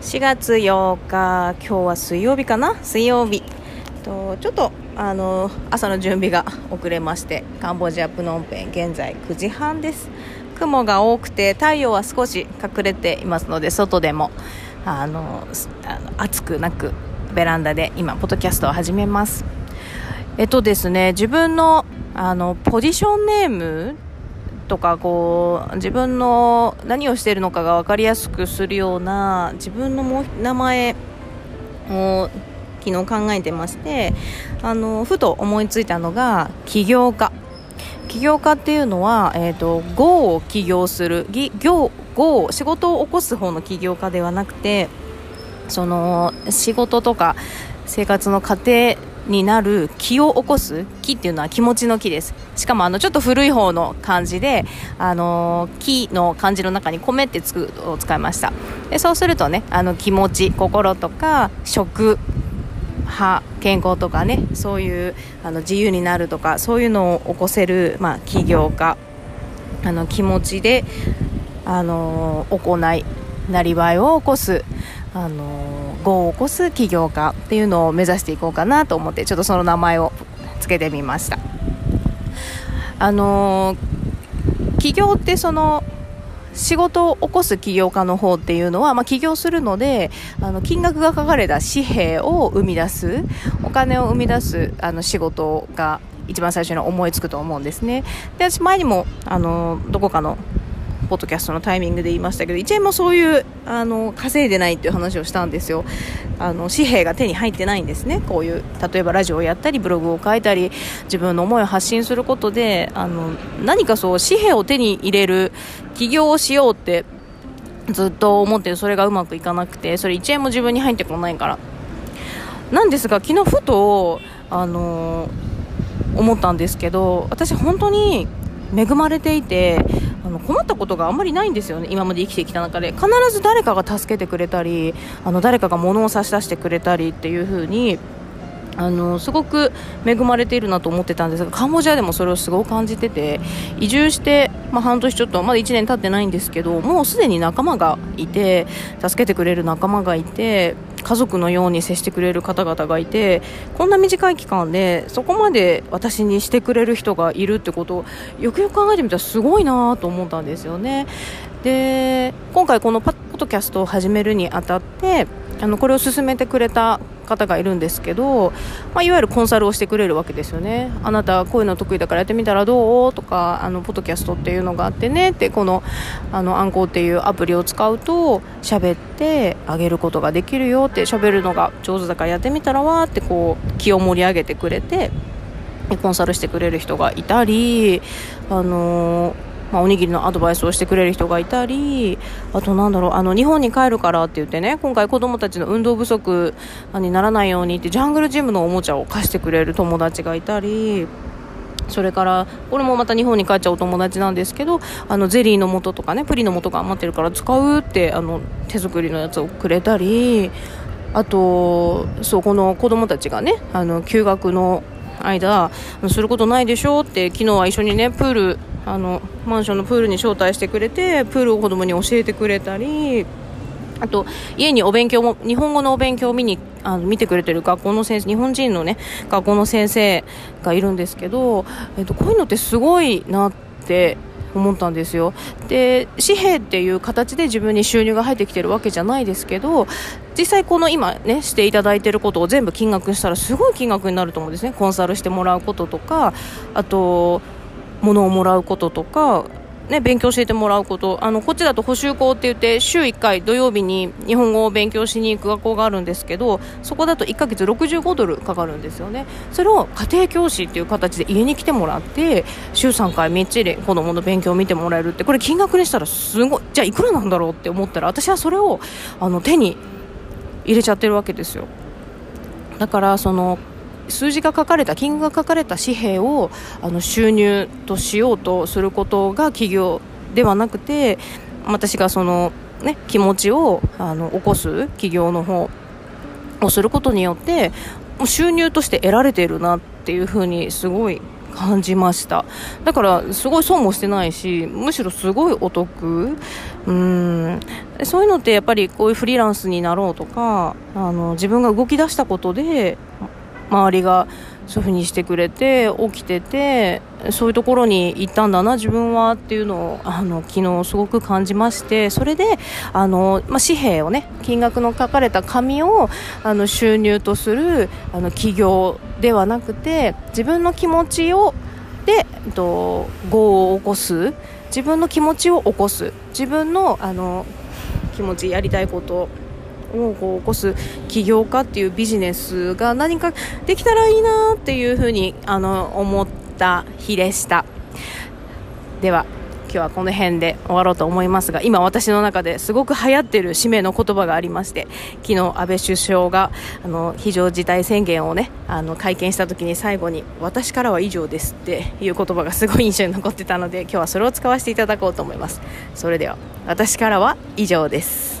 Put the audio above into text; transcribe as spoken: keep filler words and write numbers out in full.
しがつようか、今日は水曜日かな水曜日とちょっとあの朝の準備が遅れまして、カンボジアプノンペン現在くじはんです。雲が多くて太陽は少し隠れていますので、外でもあのあの暑くなくベランダで今ポッドキャストを始めます。えっとですね自分のあのポジションネームとかこう自分の何をしているのかが分かりやすくするような自分のも名前を昨日考えてまして、あのふと思いついたのが起業家起業家っていうのは、えーと、業を起業する業業仕事を起こす方の起業家ではなくて、その仕事とか生活の糧になる気を起こす気っていうのは気持ちの気です。しかもあのちょっと古い方の漢字で、あの気の漢字の中に米ってつくを使いました。でそうするとね、あの気持ち、心とか食、歯、健康とかね、そういうあの自由になるとかそういうのを起こせる、まあ、起業家、あの気持ちであの行いなりわいを起こす、あの業を起こす起業家っていうのを目指していこうかなと思って、ちょっとその名前をつけてみました。あの起業ってその仕事を起こす起業家の方っていうのは、まあ、起業するのであの金額が書かれた紙幣を生み出す、お金を生み出すあの仕事が一番最初に思いつくと思うんですね。で私前にもあのどこかのポッドキャストのタイミングで言いましたけど、いちえんもそういうあの稼いでないっていう話をしたんですよ。あの紙幣が手に入ってないんですね。こういう例えばラジオをやったりブログを書いたり自分の思いを発信することで、あの何かそう紙幣を手に入れる起業をしようってずっと思ってる、それがうまくいかなくて、それいちえんも自分に入ってこないからなんですが、昨日ふとあの思ったんですけど、私本当に恵まれていて、あの困ったことがあんまりないんですよね。今まで生きてきた中で必ず誰かが助けてくれたり、あの誰かが物を差し出してくれたりっていう風にあのすごく恵まれているなと思ってたんですが、カンボジアでもそれをすごく感じてて、移住して、まあ、半年ちょっとまだいちねん経ってないんですけど、もうすでに仲間がいて、助けてくれる仲間がいて、家族のように接してくれる方々がいて、こんな短い期間でそこまで私にしてくれる人がいるってことをよくよく考えてみたらすごいなと思ったんですよね。で今回このポッドキャストを始めるにあたってあのこれを進めてくれた方がいるんですけど、まあ、いわゆるコンサルをしてくれるわけですよね。あなたこういうの得意だからやってみたらどうとか、あのポッドキャストっていうのがあってねって、このあのアンコーっていうアプリを使うと喋ってあげることができるよって、喋るのが上手だからやってみたらわーってこう気を盛り上げてくれてコンサルしてくれる人がいたり、あのーまあ、おにぎりのアドバイスをしてくれる人がいたり、あとなんだろう、あの日本に帰るからって言ってね、今回子供たちの運動不足にならないようにってジャングルジムのおもちゃを貸してくれる友達がいたり、それからこれもまた日本に帰っちゃうお友達なんですけど、あのゼリーの素とかね、プリンの素が余ってるから使うってあの手作りのやつをくれたり、あとそうこの子供たちがね、あの休学の間することないでしょって、昨日は一緒にねプール、あのマンションのプールに招待してくれて、プールを子供に教えてくれたり、あと家にお勉強も、日本語のお勉強を見にあの見てくれてる学校の先生、日本人のね学校の先生がいるんですけど、えっと、こういうのってすごいなって思ったんですよ。で紙幣っていう形で自分に収入が入ってきてるわけじゃないですけど、実際この今ねしていただいてることを全部金額したらすごい金額になると思うんですね。コンサルしてもらうこととか、あと物をもらうこととか、ね、勉強教えてもらうこと、あのこっちだと補習校って言って週いっかい土曜日に日本語を勉強しに行く学校があるんですけど、そこだといっかげつろくじゅうごドルかかるんですよね。それを家庭教師っていう形で家に来てもらって週さんかいみっちり子どもの勉強を見てもらえるって、これ金額にしたらすごい、じゃあいくらなんだろうって思ったら、私はそれをあの手に入れちゃってるわけですよ。だからその数字が書かれた、金額が書かれた紙幣をあの収入としようとすることが起業ではなくて、私がその、ね、気持ちをあの起こす起業の方をすることによって収入として得られているなっていうふうにすごい感じました。だからすごい損もしてないし、むしろすごいお得。うーんそういうのってやっぱりこういうフリーランスになろうとか、あの自分が動き出したことで周りがそういう風にしてくれて起きてて、そういうところに行ったんだな自分はっていうのをあの昨日すごく感じまして、それであの、まあ、紙幣をね、金額の書かれた紙をあの収入とするあの企業ではなくて、自分の気持ちをで、えっと、業を起こす、自分の気持ちを起こす、自分のあの気持ち、やりたいことをこう起こす起業家っていうビジネスが何かできたらいいなっていうふうにあの思った日でした。では今日はこの辺で終わろうと思いますが、今私の中ですごく流行っている締めの言葉がありまして、昨日安倍首相があの非常事態宣言をねあの会見した時に最後に私からは以上ですっていう言葉がすごい印象に残ってたので、今日はそれを使わせていただこうと思います。それでは私からは以上です。